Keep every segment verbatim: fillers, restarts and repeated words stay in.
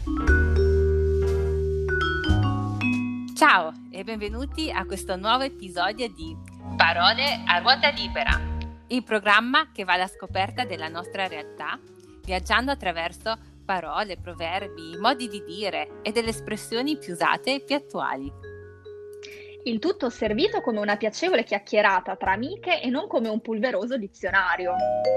Ciao e benvenuti a questo nuovo episodio di Parole a ruota libera, il programma che va alla scoperta della nostra realtà, viaggiando attraverso parole, proverbi, modi di dire e delle espressioni più usate e più attuali. Il tutto servito come una piacevole chiacchierata tra amiche e non come un polveroso dizionario.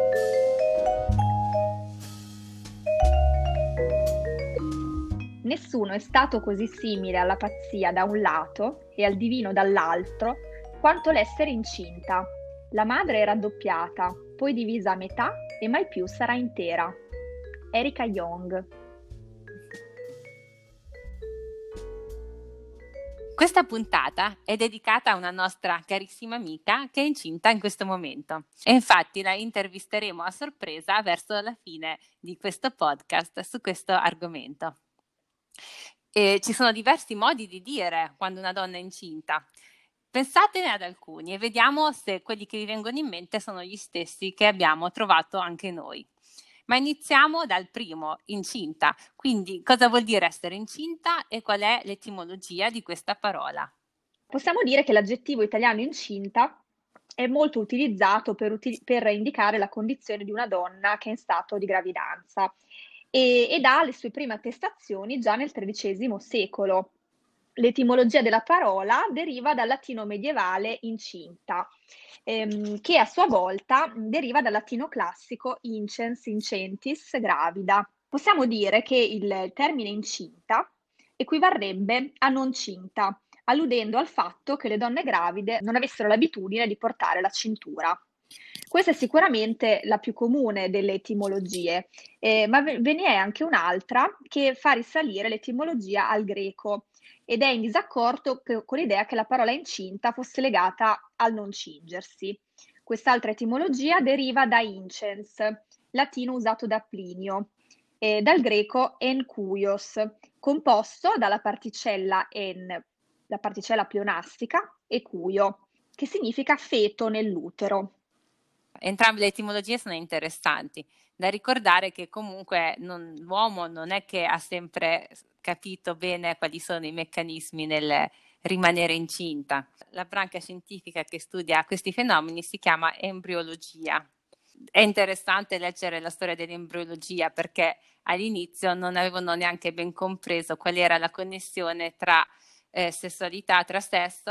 Nessuno è stato così simile alla pazzia da un lato e al divino dall'altro quanto l'essere incinta. La madre è raddoppiata, poi divisa a metà e mai più sarà intera. Erika Jong. Questa puntata è dedicata a una nostra carissima amica che è incinta in questo momento e infatti la intervisteremo a sorpresa verso la fine di questo podcast su questo argomento. E ci sono diversi modi di dire quando una donna è incinta. Pensatene ad alcuni e vediamo se quelli che vi vengono in mente sono gli stessi che abbiamo trovato anche noi. Ma iniziamo dal primo, incinta. Quindi cosa vuol dire essere incinta e qual è l'etimologia di questa parola? Possiamo dire che l'aggettivo italiano incinta è molto utilizzato per, uti- per indicare la condizione di una donna che è in stato di gravidanza e, ed ha le sue prime attestazioni già nel tredicesimo secolo. L'etimologia della parola deriva dal latino medievale incinta, ehm, che a sua volta deriva dal latino classico incens, incentis, gravida. Possiamo dire che il termine incinta equivarrebbe a non cinta, alludendo al fatto che le donne gravide non avessero l'abitudine di portare la cintura. Questa è sicuramente la più comune delle etimologie, eh, ma ve ne è anche un'altra che fa risalire l'etimologia al greco ed è in disaccordo con l'idea che la parola incinta fosse legata al non cingersi. Quest'altra etimologia deriva da incens, latino usato da Plinio, e dal greco enkuios, composto dalla particella en, la particella pleonastica, e cuio, che significa feto nell'utero. Entrambe le etimologie sono interessanti. Da ricordare che comunque non, l'uomo non è che ha sempre capito bene quali sono i meccanismi nel rimanere incinta. La branca scientifica che studia questi fenomeni si chiama embriologia. È interessante leggere la storia dell'embriologia perché all'inizio non avevano neanche ben compreso qual era la connessione tra eh, sessualità, tra sesso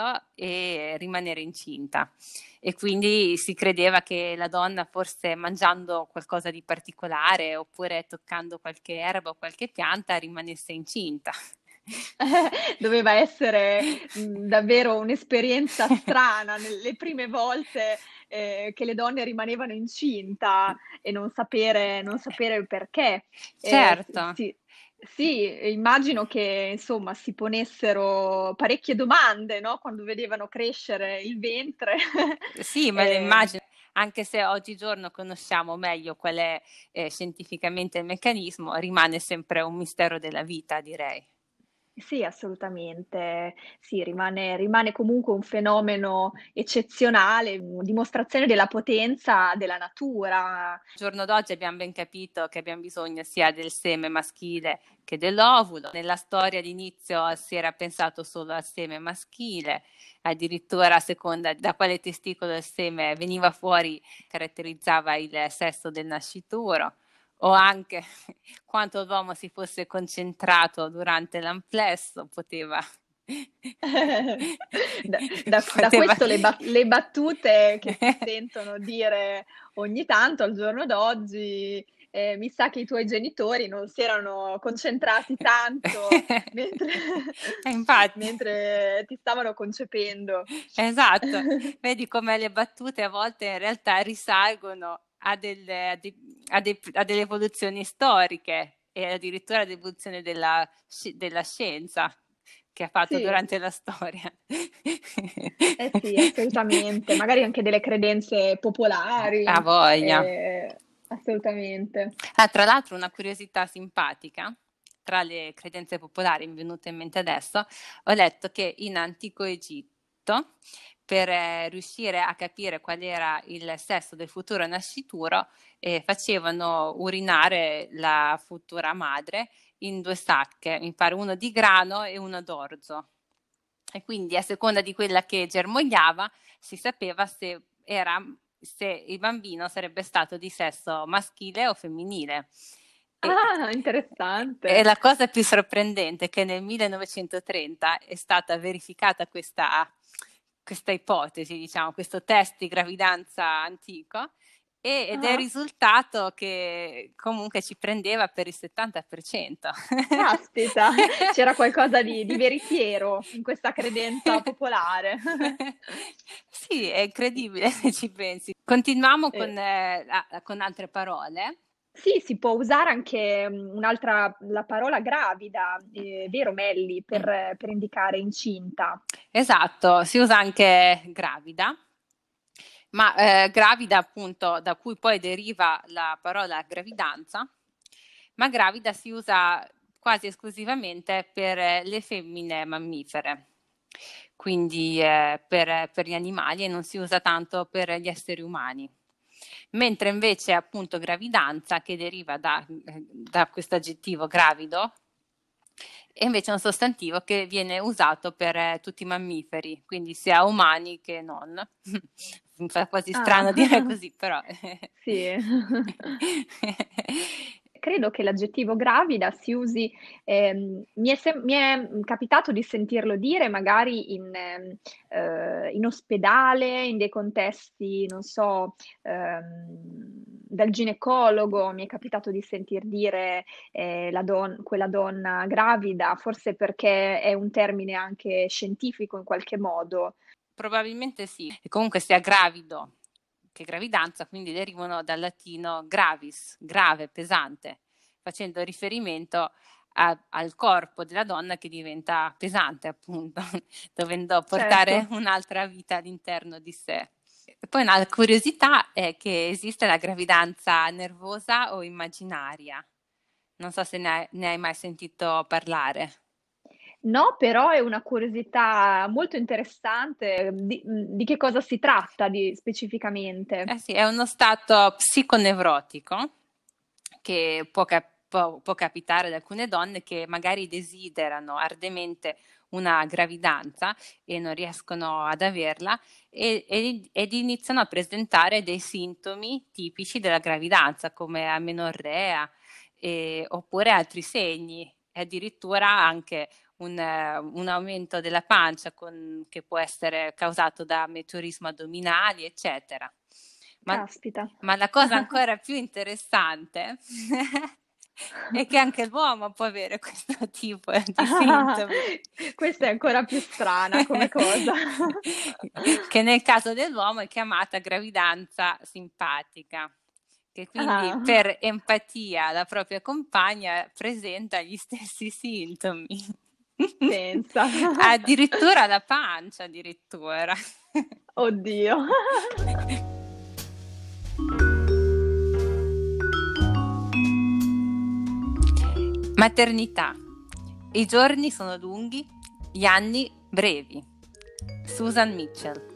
e rimanere incinta. E quindi si credeva che la donna forse mangiando qualcosa di particolare oppure toccando qualche erba o qualche pianta rimanesse incinta. Doveva essere mh, davvero un'esperienza strana nelle prime volte eh, che le donne rimanevano incinta e non sapere, non sapere il perché. Eh, Certo. sì, sì, immagino che insomma si ponessero parecchie domande, no? Quando vedevano crescere il ventre. Sì, me lo Eh, immagino, anche se oggigiorno conosciamo meglio qual è eh, scientificamente il meccanismo, rimane sempre un mistero della vita, direi. Sì, assolutamente. Sì, rimane rimane comunque un fenomeno eccezionale, mhmm, dimostrazione della potenza della natura. Al giorno d'oggi abbiamo ben capito che abbiamo bisogno sia del seme maschile che dell'ovulo. Nella storia d'inizio si era pensato solo al seme maschile, addirittura a seconda da quale testicolo il seme veniva fuori caratterizzava il sesso del nascituro, o anche quanto l'uomo si fosse concentrato durante l'amplesso poteva Da da da poteva questo le ba le battute che si sentono dire ogni tanto al giorno d'oggi, ehm: "Mi sa che i tuoi genitori non si erano concentrati tanto mentre E infatti. mentre ti stavano concependo." Esatto, vedi come le battute a volte in realtà risalgono a delle, a de- a de- a delle evoluzioni storiche e addirittura all'evoluzione della, sci- della scienza che ha fatto Sì. durante la storia. Eh sì, assolutamente. Magari anche delle credenze Ha popolari, voglia. ehm, assolutamente. Ah, tra l'altro una curiosità simpatica, tra le credenze popolari mi è venuta in mente adesso, ho letto che in antico Egitto tutto per eh, riuscire a capire qual era il sesso del futuro nascituro, e facevano urinare la futura madre in due sacche, mi pare uno di grano e uno d'orzo. E quindi a seconda di quella che germogliava si sapeva se, era, se il bambino sarebbe stato di sesso maschile o femminile. E, Ah, e interessante. la cosa più sorprendente è che nel millenovecentotrenta è stata verificata questa, questa ipotesi, diciamo, questo test di gravidanza antico, e, ed è Ah, risultato che comunque ci prendeva per il settanta per cento. caspita, c'era qualcosa di, di veritiero in questa credenza popolare. Sì, è incredibile se ci pensi. Continuiamo Eh, con, eh, a- con altre parole. sì, si può usare anche mm, un'altra, la parola gravida, eh, vero Melli, Mm. per, per indicare incinta. Esatto, si usa anche gravida, ma eh, gravida appunto da cui poi deriva la parola gravidanza, ma gravida si usa quasi esclusivamente per eh, le femmine mammifere, quindi eh, per, per gli animali, e non si usa tanto per gli esseri umani. Mentre invece appunto gravidanza, che deriva da, da questo aggettivo gravido, è invece un sostantivo che viene usato per eh, tutti i mammiferi, quindi sia umani che non. Mi fa quasi strano dire Ah, così, però. sì. Credo che l'aggettivo gravida si usi, ehm, mi è, sem- mi è capitato di sentirlo dire magari in, ehm, eh, in ospedale, in dei contesti, non so, ehm, dal ginecologo, mi è capitato di sentir dire eh, la don- quella donna gravida, forse perché è un termine anche scientifico in qualche modo. Probabilmente sì. E comunque sia gravido che gravidanza, quindi derivano dal latino gravis, grave, pesante, facendo riferimento a- al corpo della donna che diventa pesante, appunto, dovendo portare Certo. un'altra vita all'interno di sé. E poi una curiosità è che esiste la gravidanza nervosa o immaginaria. Non so se ne hai, ne hai mai sentito parlare. No, però è una curiosità molto interessante. Di, di che cosa si tratta di- specificamente? Eh sì, è uno stato psiconevrotico che può, cap- può- può capitare ad alcune donne che magari desiderano ardemente una gravidanza e non riescono ad averla, e- e- ed iniziano a presentare dei sintomi tipici della gravidanza come amenorrea, eh, oppure altri segni, e addirittura anche un, eh, un aumento della pancia con- che può essere causato da meteorismo addominali, eccetera. Ma, Caspita. ma la cosa ancora più interessante è che anche l'uomo può avere questo tipo di Ah, sintomi. questa è ancora più strana come cosa. Che nel caso dell'uomo è chiamata gravidanza simpatica, che quindi Ah, per empatia alla propria compagna presenta gli stessi sintomi. pensa. Addirittura la pancia, addirittura. Oddio. Maternità. I giorni sono lunghi, gli anni brevi. Susan Mitchell.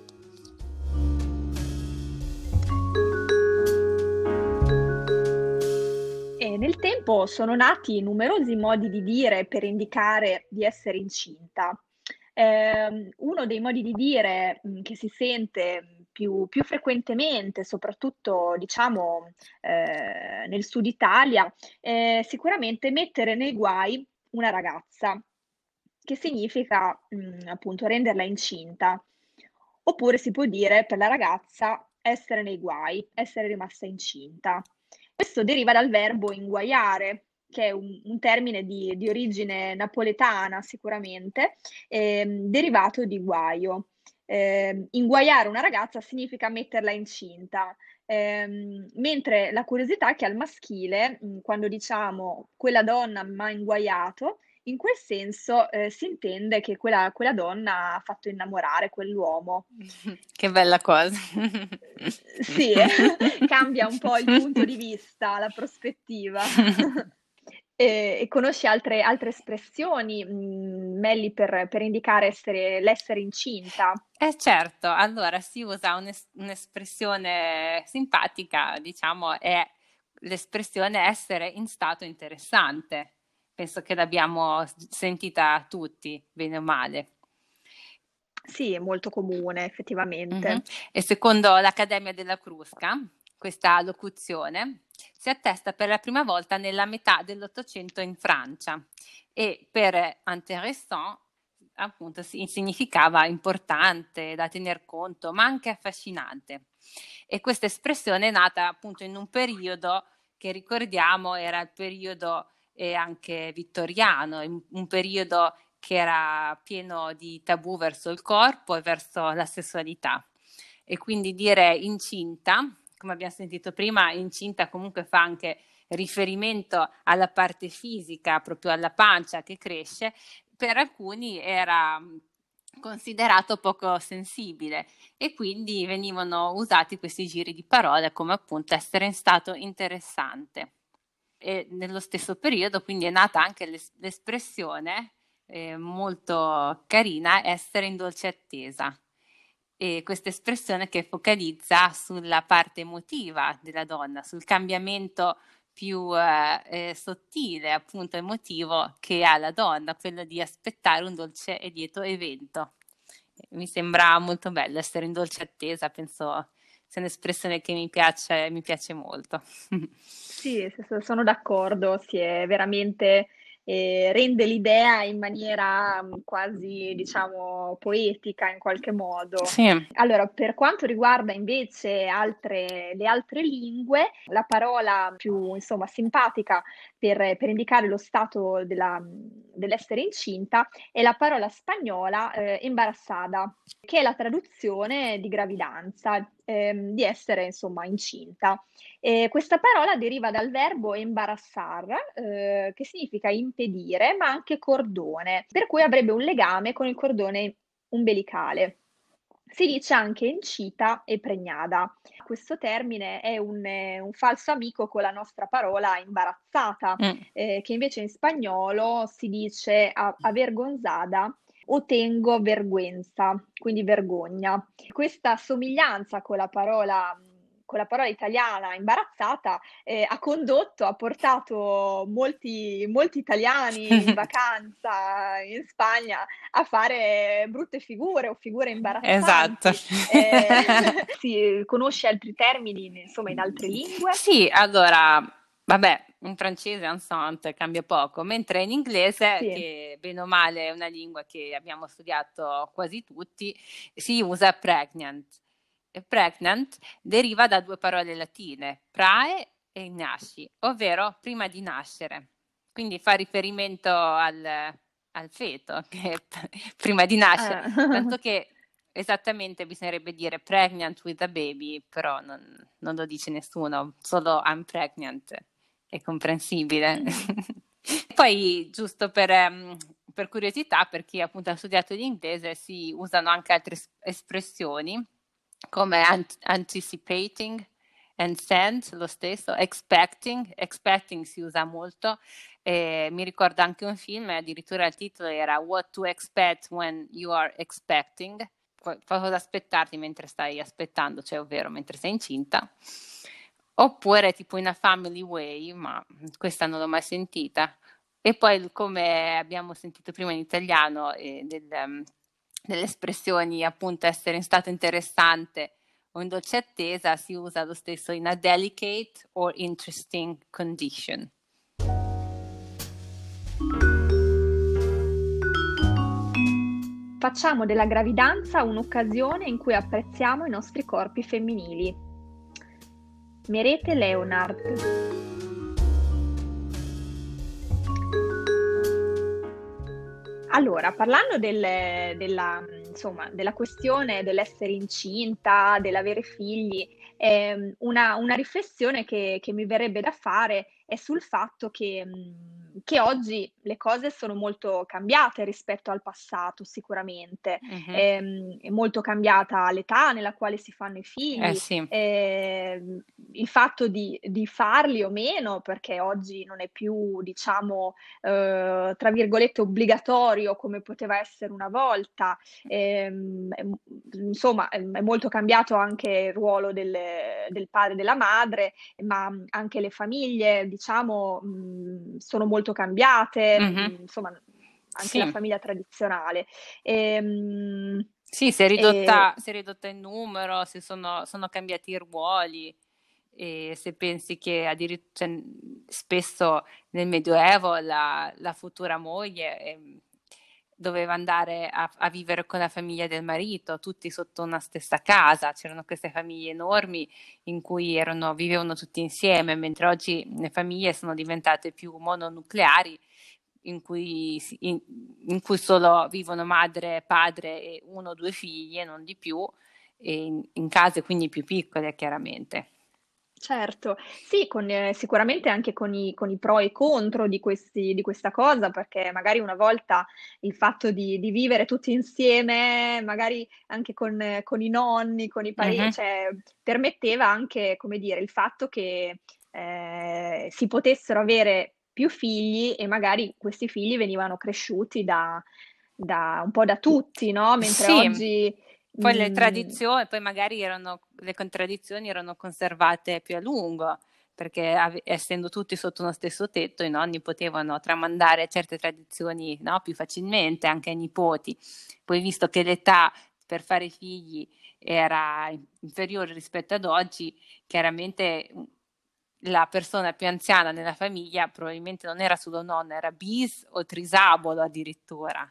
E nel tempo sono nati numerosi modi di dire per indicare di essere incinta. Ehm, uno dei modi di dire mh, che si sente più, più frequentemente, soprattutto diciamo eh, nel sud Italia, è sicuramente mettere nei guai una ragazza, che significa mh, appunto renderla incinta. Oppure si può dire per la ragazza essere nei guai, essere rimasta incinta. Questo deriva dal verbo inguaiare, che è un, un termine di, di origine napoletana sicuramente, ehm, derivato di guaio. Eh, inguaiare una ragazza significa metterla incinta, ehm, mentre la curiosità è che al maschile, mh, quando diciamo quella donna mi ha inguaiato, in quel senso eh, si intende che quella, quella donna ha fatto innamorare quell'uomo. Che bella cosa. Sì, cambia un po' il punto di vista, la prospettiva. E, e conosci altre, altre espressioni, mh, Melli, per, per indicare essere, l'essere incinta? Eh certo, allora si usa un'es- un'espressione simpatica, diciamo, è l'espressione essere in stato interessante. Penso che l'abbiamo s- sentita tutti, bene o male. Sì, è molto comune, Mhm. effettivamente. E secondo l'Accademia della Crusca, questa locuzione si attesta per la prima volta nella metà dell'Ottocento in Francia e per intéressant appunto si- significava importante, da tener conto, ma anche affascinante. E questa espressione è nata appunto in un periodo che ricordiamo era il periodo eh, anche vittoriano, in- un periodo che era pieno di tabù verso il corpo e verso la sessualità. E quindi dire incinta, come abbiamo sentito prima, incinta comunque fa anche riferimento alla parte fisica, proprio alla pancia che cresce, per alcuni era considerato poco sensibile e quindi venivano usati questi giri di parole come appunto essere in stato interessante. E nello stesso periodo quindi è nata anche l'es- l'espressione eh, molto carina, essere in dolce attesa. E questa espressione che focalizza sulla parte emotiva della donna, sul cambiamento più eh, eh, sottile, appunto emotivo che ha la donna, quello di aspettare un dolce e lieto evento. Mi sembra molto bello essere in dolce attesa, penso sia un'espressione che mi piace, mi piace molto. Sì, s- s- sono d'accordo, si è veramente, eh, rende l'idea in maniera mh, quasi, diciamo, poetica in qualche modo. Sì. Allora, per quanto riguarda invece altre, le altre lingue, la parola più, insomma, simpatica per, per indicare lo stato della- dell'essere incinta è la parola spagnola, eh, embarazzada, che è la traduzione di gravidanza, ehm, di essere, insomma, incinta. Eh, questa parola deriva dal verbo embarassar, eh, che significa impedire, ma anche cordone, per cui avrebbe un legame con il cordone umbilicale. Si dice anche incita e pregnada. Questo termine è un, eh, un falso amico con la nostra parola imbarazzata, Mm. eh, che invece in spagnolo si dice a- avergonzada o tengo vergüenza, quindi vergogna. Questa somiglianza con la parola, con la parola italiana imbarazzata eh, ha condotto, ha portato molti, molti italiani in vacanza in Spagna a fare brutte figure o figure Esatto. imbarazzanti. Eh, si conosce altri termini, insomma, in altre lingue? Sì, allora, vabbè, in francese enceinte cambia poco, mentre in inglese, Sì. che bene o male è una lingua che abbiamo studiato quasi tutti, si usa pregnant. E pregnant deriva da due parole latine, prae e nasci, ovvero prima di nascere. Quindi fa riferimento al, al feto che è prima di nascere, Ah. tanto che esattamente bisognerebbe dire pregnant with a baby, però non, non lo dice nessuno, solo I'm pregnant, è comprensibile. Poi, giusto per, ehm, per curiosità, per chi appunto ha studiato l'inglese, si usano anche altre es- espressioni come ant- anticipating and send, lo stesso, expecting, expecting si usa molto. Eh, mi ricordo anche un film, addirittura il titolo era What to Expect When You Are Expecting, cosa aspettarti mentre stai aspettando, cioè ovvero mentre sei incinta. Oppure tipo in A Family Way, ma questa non l'ho mai sentita. E poi, come abbiamo sentito prima in italiano, eh, del, um, delle espressioni appunto essere in stato interessante o in dolce attesa, si usa lo stesso in a delicate or interesting condition. Facciamo della gravidanza un'occasione in cui apprezziamo i nostri corpi femminili. Merete Leonard. Allora, parlando del- della, insomma, della questione dell'essere incinta, dell'avere figli, ehm, una, una riflessione che, che mi verrebbe da fare è sul fatto che mh, che oggi le cose sono molto cambiate rispetto al passato sicuramente. Mh-mh. Ehm, è molto cambiata l'età nella quale si fanno i Eh figli, sì. ehm, il fatto di di farli o meno, perché oggi non è più diciamo, uhm, tra virgolette "obbligatorio" come poteva essere una volta. Ehm, è m insomma è è molto cambiato anche il ruolo del del padre e della madre, ma anche le famiglie diciamo, mhmm, sono molto cambiate, Mh-mh. mhmm, insomma anche la Sì. famiglia tradizionale. Ehm, Sì, si è e ridotta si è ridotta in numero, si sono sono cambiati i ruoli, e se pensi che addiri cioè, mhmm, spesso nel Medioevo la la futura moglie, ehm, doveva andare a f a vivere con la famiglia del marito, tutti sotto una stessa casa. C'erano queste famiglie enormi in cui erano vivevano tutti insieme, mentre oggi le famiglie sono diventate più mononucleari, in cui si in in cui solo vivono madre, padre e uno o due figli e non di più, e in in case quindi più piccole chiaramente. certo, sì, con ehm, sicuramente anche con i con i pro e i contro di questi di questa cosa, perché magari una volta il fatto di di vivere tutti insieme, magari anche con eh, con i nonni, con i pare Mh-mh. cioè permetteva anche, come dire, il fatto che, ehm, si potessero avere più figli e magari questi figli venivano cresciuti da da un po' da tutti, no, mentre Sì, oggi, poi le mhmm tradizio poi magari erano le contraddizioni erano conservate più a lungo, perché ave essendo tutti sotto uno stesso tetto, i nonni potevano tramandare certe tradizioni, no, più facilmente anche ai nipoti. Poi visto che l'età per fare figli era in inferiore rispetto ad oggi, chiaramente, mhmm, la persona più anziana nella famiglia probabilmente non era solo nonna, era bis o trisabolo addirittura.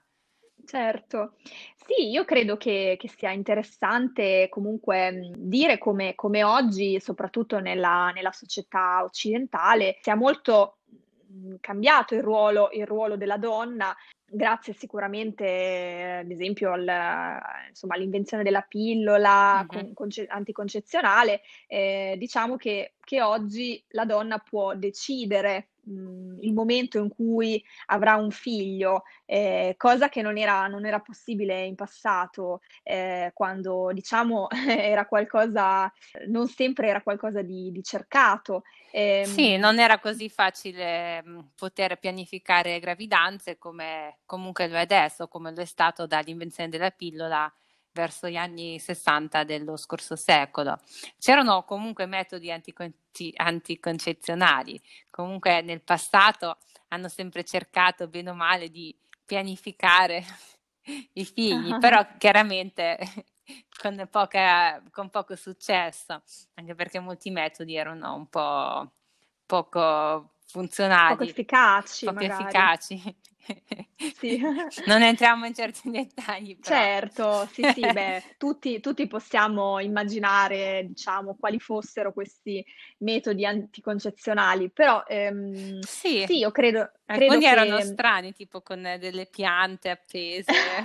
Certo. Sì, io credo che che sia interessante comunque, mhmm, dire come come oggi, soprattutto nella nella società occidentale, sia molto, mhmm, cambiato il ruolo il ruolo della donna, grazie sicuramente, eh, ad esempio al insomma all'invenzione della pillola Mh-mh. con conce anticoncezionale. Ehm, diciamo che che oggi la donna può decidere, mhmm, il momento in cui avrà un figlio, ehm, cosa che non era non era possibile in passato, ehm, quando diciamo era qualcosa non sempre era qualcosa di di cercato. Sì, Ehm, non era a così facile, mhmm, poter pianificare gravidanze come comunque lo è adesso, come lo è stato dall'invenzione della pillola verso gli anni 'sessanta dello scorso secolo. C'erano comunque metodi anticonci anticoncezionali, comunque nel passato hanno sempre cercato bene o male di pianificare i figli, però chiaramente con poca con poco successo, anche perché molti metodi erano un po' poco Poco funzionali, efficaci poco magari. efficaci. Sì. Non entriamo in certi dettagli però. Certo, sì, sì, beh, tutti tutti possiamo immaginare, diciamo, quali fossero questi metodi anticoncezionali, però, ehm, Sì, sì, io credo credo alcuni erano che strani, tipo con delle piante appese.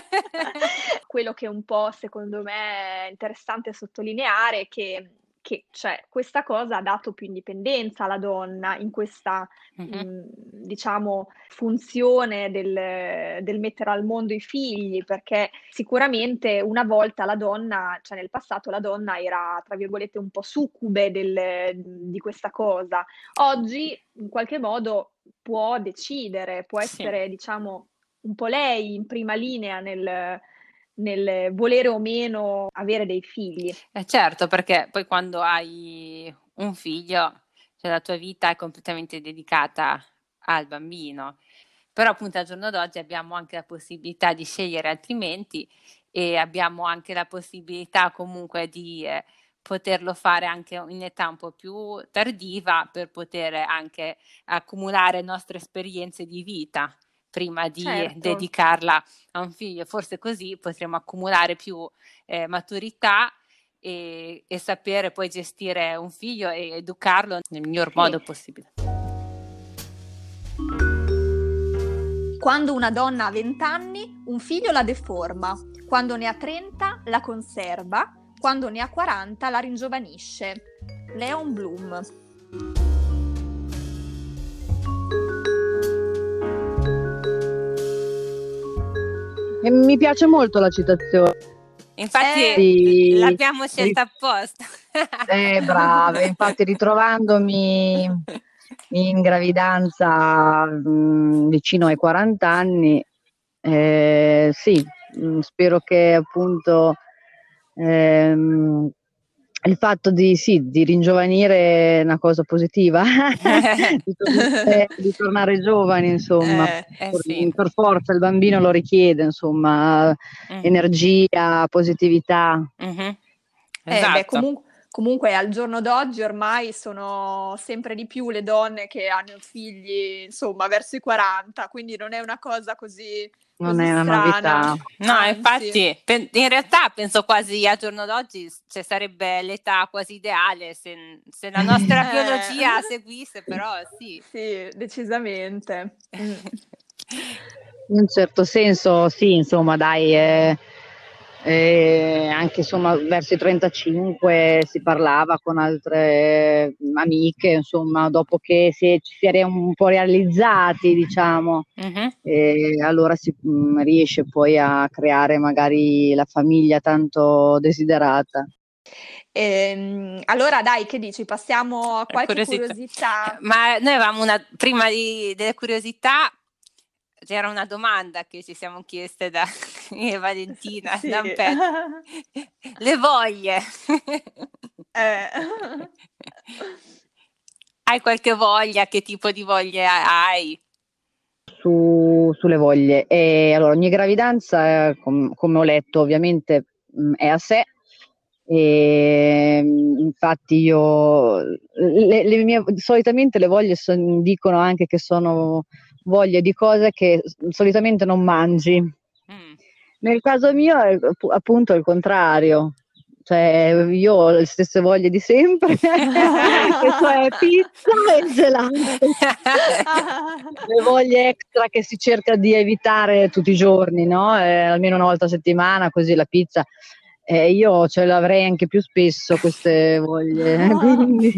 quello che un po' secondo me è interessante sottolineare è che che cioè questa cosa ha dato più indipendenza alla donna in questa, Mh-mh. mhmm, diciamo funzione del del mettere al mondo i figli, perché sicuramente una volta la donna cioè nel passato la donna era, tra virgolette, un po' "succube" del di questa cosa. Oggi in qualche modo può decidere, può Sì. essere diciamo un po' lei in prima linea nel nel volere o meno avere dei figli. Eh certo, perché poi quando hai un figlio, cioè la tua vita è completamente dedicata al bambino. Però appunto al giorno d'oggi abbiamo anche la possibilità di scegliere altrimenti, e abbiamo anche la possibilità comunque di, ehm, poterlo fare anche in età un po' più tardiva, per poter anche accumulare nostre esperienze di vita prima di Certo. dedicarla a un figlio. Forse così potremo accumulare più, ehm, maturità, e e sapere poi gestire un figlio e educarlo nel miglior Sì. modo possibile. Quando una donna ha venti anni, un figlio la deforma, quando ne ha trenta la conserva, quando ne ha quaranta la ringiovanisce. Leon Bloom. E mi piace molto la citazione. Infatti Sì, l'abbiamo scelta ri- apposta. eh, brave, infatti ritrovandomi in gravidanza mh, vicino ai quaranta anni, eh, sì, mh, spero che appunto ehm, il fatto di, sì, di ringiovanire è una cosa positiva, di tornare, di tornare giovani, insomma, Eh, eh per, sì. per forza il bambino lo richiede, insomma, Mm. energia, positività. Mhm. Eh, beh, Esatto. comu- comunque al giorno d'oggi ormai sono sempre di più le donne che hanno figli, insomma, verso i quaranta, quindi non è una cosa così, Non così è una strana. novità. No, Anzi. infatti, pe- in realtà penso quasi al giorno d'oggi s- cioè, sarebbe l'età quasi ideale se, se la nostra Eh. biologia seguisse, però sì. Sì, decisamente. Mm. In un certo senso sì, insomma dai, eh, eh, anche insomma verso i trentacinque si parlava con altre amiche, insomma, dopo che si, ci si era un po' realizzati, diciamo, Mhm. e allora si mh, riesce poi a creare magari la famiglia tanto desiderata. Ehm, allora dai, che dici? Passiamo a qualche Curiosità. curiosità. Ma noi avevamo una, prima di, delle curiosità, c'era una domanda che ci siamo chieste da io e Valentina, Sì. da un pezzo. Le voglie. Eh. Hai qualche voglia? Che tipo di voglie hai? Su, sulle voglie. E allora, ogni gravidanza, eh, com- come ho letto, ovviamente mh, è a sé. E, mh, infatti io le, le mie, solitamente le voglie son- dicono anche che sono voglie di cose che s- solitamente non mangi. Mm. Nel caso mio è appu- appunto il contrario, cioè io ho le stesse voglie di sempre, che cioè pizza e gelato. Le voglie extra che si cerca di evitare tutti i giorni, no? Eh, almeno una volta a settimana, così la pizza. Eh, io ce l'avrei anche più spesso queste voglie, quindi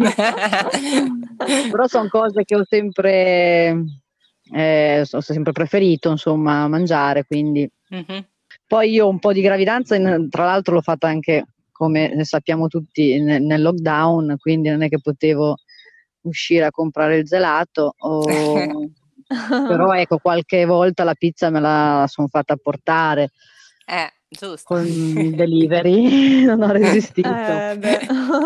però sono cose che ho sempre, eh, ho sempre preferito, insomma, mangiare, quindi. Mhm. Poi io un po' di gravidanza, in- tra l'altro l'ho fatta anche, come sappiamo tutti, nel, nel lockdown, quindi non è che potevo uscire a comprare il gelato, o- però ecco, qualche volta la pizza me la sono fatta portare Eh, giusto. con il delivery, non ho resistito. Eh, beh.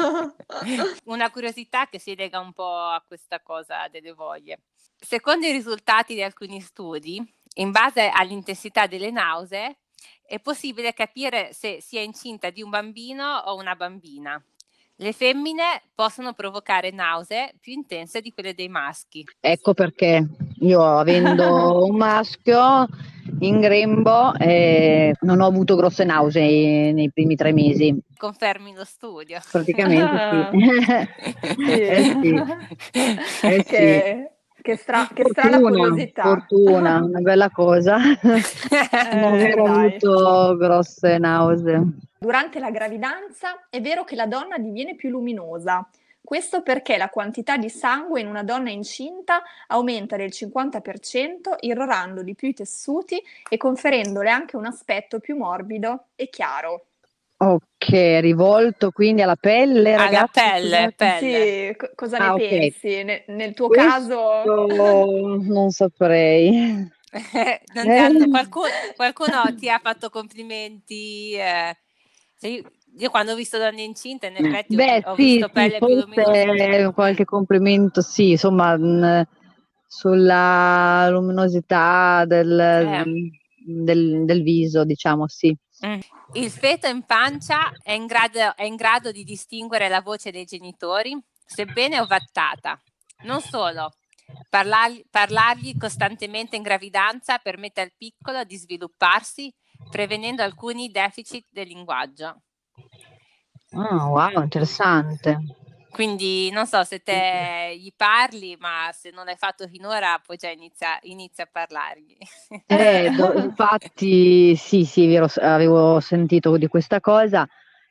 Una curiosità che si lega un po' a questa cosa delle voglie. Secondo i risultati di alcuni studi, in base all'intensità delle nausee, è possibile capire se si è incinta di un bambino o una bambina. Le femmine possono provocare nausee più intense di quelle dei maschi. Ecco perché io, avendo un maschio in grembo, eh, non ho avuto grosse nausee nei primi tre mesi. Confermi lo studio. Praticamente sì. Sì. Eh sì, eh sì. Che, che stra- che strana Fortuna, curiosità. fortuna, una bella cosa non Eh, aver dai. avuto grosse nausee. Durante la gravidanza è vero che la donna diviene più luminosa. Questo perché la quantità di sangue in una donna incinta aumenta del cinquanta per cento, irrorando di più i tessuti e conferendole anche un aspetto più morbido e chiaro. Ok, rivolto quindi alla pelle, Alla ragazzi, pelle, scusate. pelle. Sì, co- cosa ne Ah, ok. pensi? Ne- nel tuo Questo caso? non saprei. Non ti Eh, hanno, qualcuno, qualcuno ti ha fatto complimenti? eh? Cioè, io, io quando ho visto donne incinte, in effetti ho, vi- Beh, ho sì, visto sì, pelle più luminosa. forse qualche complimento, sì, insomma, mh, sulla luminosità del, Eh. del- del viso, diciamo, sì. Mm. Il feto in pancia è in grado, è in grado di distinguere la voce dei genitori, sebbene ovattata. Non solo, parlargli, parlargli costantemente in gravidanza permette al piccolo di svilupparsi, prevenendo alcuni deficit del linguaggio. Ah, wow, interessante. Quindi non so se te gli parli, ma se non l'hai fatto finora, poi già inizia, inizia a parlargli. Eh, do- infatti, sì, sì, è vero, s- avevo sentito di questa cosa.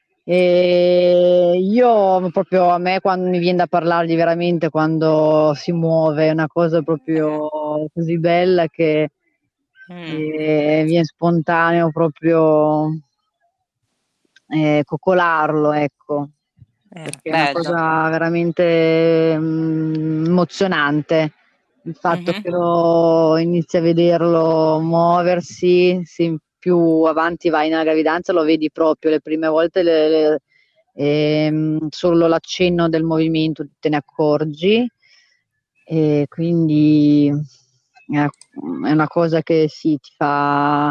E io proprio, a me quando mi viene da parlargli veramente quando si muove, è una cosa Eh. proprio così bella che Mm. e viene spontaneo proprio eh, coccolarlo, ecco, Eh, perché è una bello. cosa veramente mm, emozionante. Il fatto Mhm. che lo inizi a vederlo muoversi, sì, più avanti vai nella gravidanza, lo vedi proprio le prime volte, le- le- ehm, solo l'accenno del movimento te ne accorgi, e quindi è è una cosa che sì, ti fa,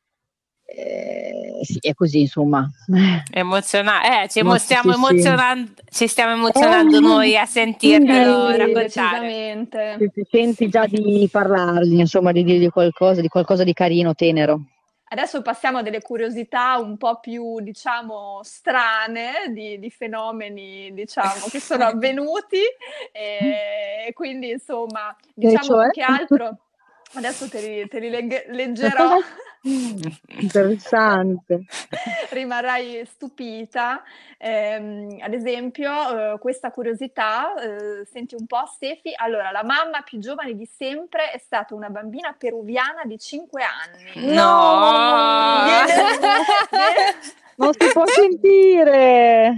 eh, sì, è così, insomma. Emoziona- eh, ci, emo- No, sì, stiamo sì, sì. emozionando, ci stiamo emozionando Eh, noi a sentirtelo quindi Sì, raccontare. decisamente. ti, ti senti già di parlargli, insomma, di dirgli qualcosa, di qualcosa di carino, tenero. Adesso passiamo a delle curiosità un po' più, diciamo, strane di, di fenomeni, diciamo, che sono avvenuti e quindi, insomma, E diciamo cioè? più che altro, adesso te li, te li legge- leggerò. Interessante. Rimarrai stupita. Ehm, ad esempio, eh, questa curiosità, eh, senti un po', Stefi. Allora, la mamma più giovane di sempre è stata una bambina peruviana di cinque anni. No! Diede- die- Non si può sentire.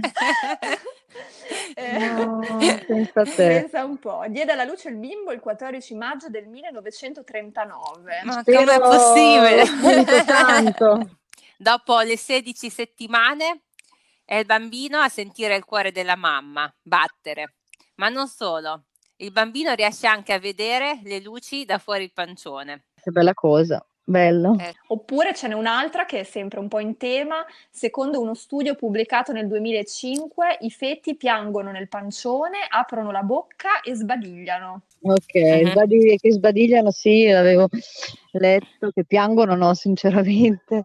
Eh, No, pensa a te. pensa un po', diede alla luce il bimbo il quattordici maggio del millenovecentotrentanove. Ma Spero com'è possibile? appunto tanto. Dopo le sedici settimane è il bambino a sentire il cuore della mamma battere, ma non solo, il bambino riesce anche a vedere le luci da fuori il pancione. Che bella cosa, bello. Eh, Oppure ce n'è un'altra che è sempre un po' in tema. Secondo uno studio pubblicato nel duemilacinque, i feti piangono nel pancione, aprono la bocca e sbadigliano. Ok, mhm. sbadi- che sbadigliano, sì, l'avevo letto, che piangono, no, sinceramente.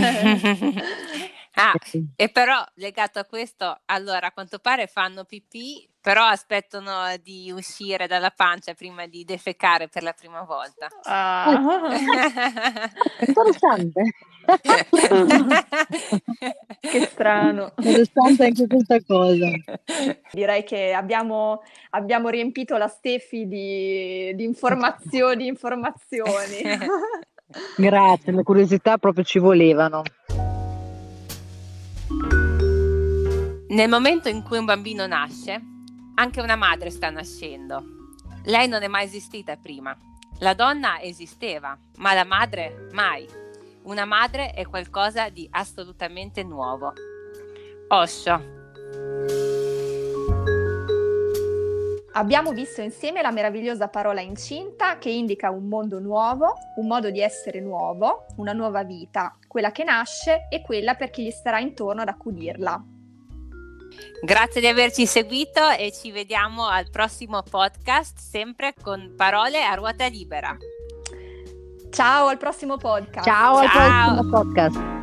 Ah, Eh, e però legato a questo, allora a quanto pare fanno pipì, però aspettano di uscire dalla pancia prima di defecare per la prima volta. Ah. Interessante. Che strano. Interessante anche questa cosa. Direi che abbiamo, abbiamo riempito la Stefi di, di informazioni, informazioni. Grazie, le curiosità proprio ci volevano. Nel momento in cui un bambino nasce, anche una madre sta nascendo. Lei non è mai esistita prima. La donna esisteva, ma la madre mai. Una madre è qualcosa di assolutamente nuovo. Osho. Abbiamo visto insieme la meravigliosa parola incinta che indica un mondo nuovo, un modo di essere nuovo, una nuova vita, quella che nasce e quella per chi gli starà intorno ad accudirla. Grazie di averci seguito e ci vediamo al prossimo podcast, sempre con parole a ruota libera. Ciao, al prossimo podcast. Ciao, al Ciao. prossimo podcast.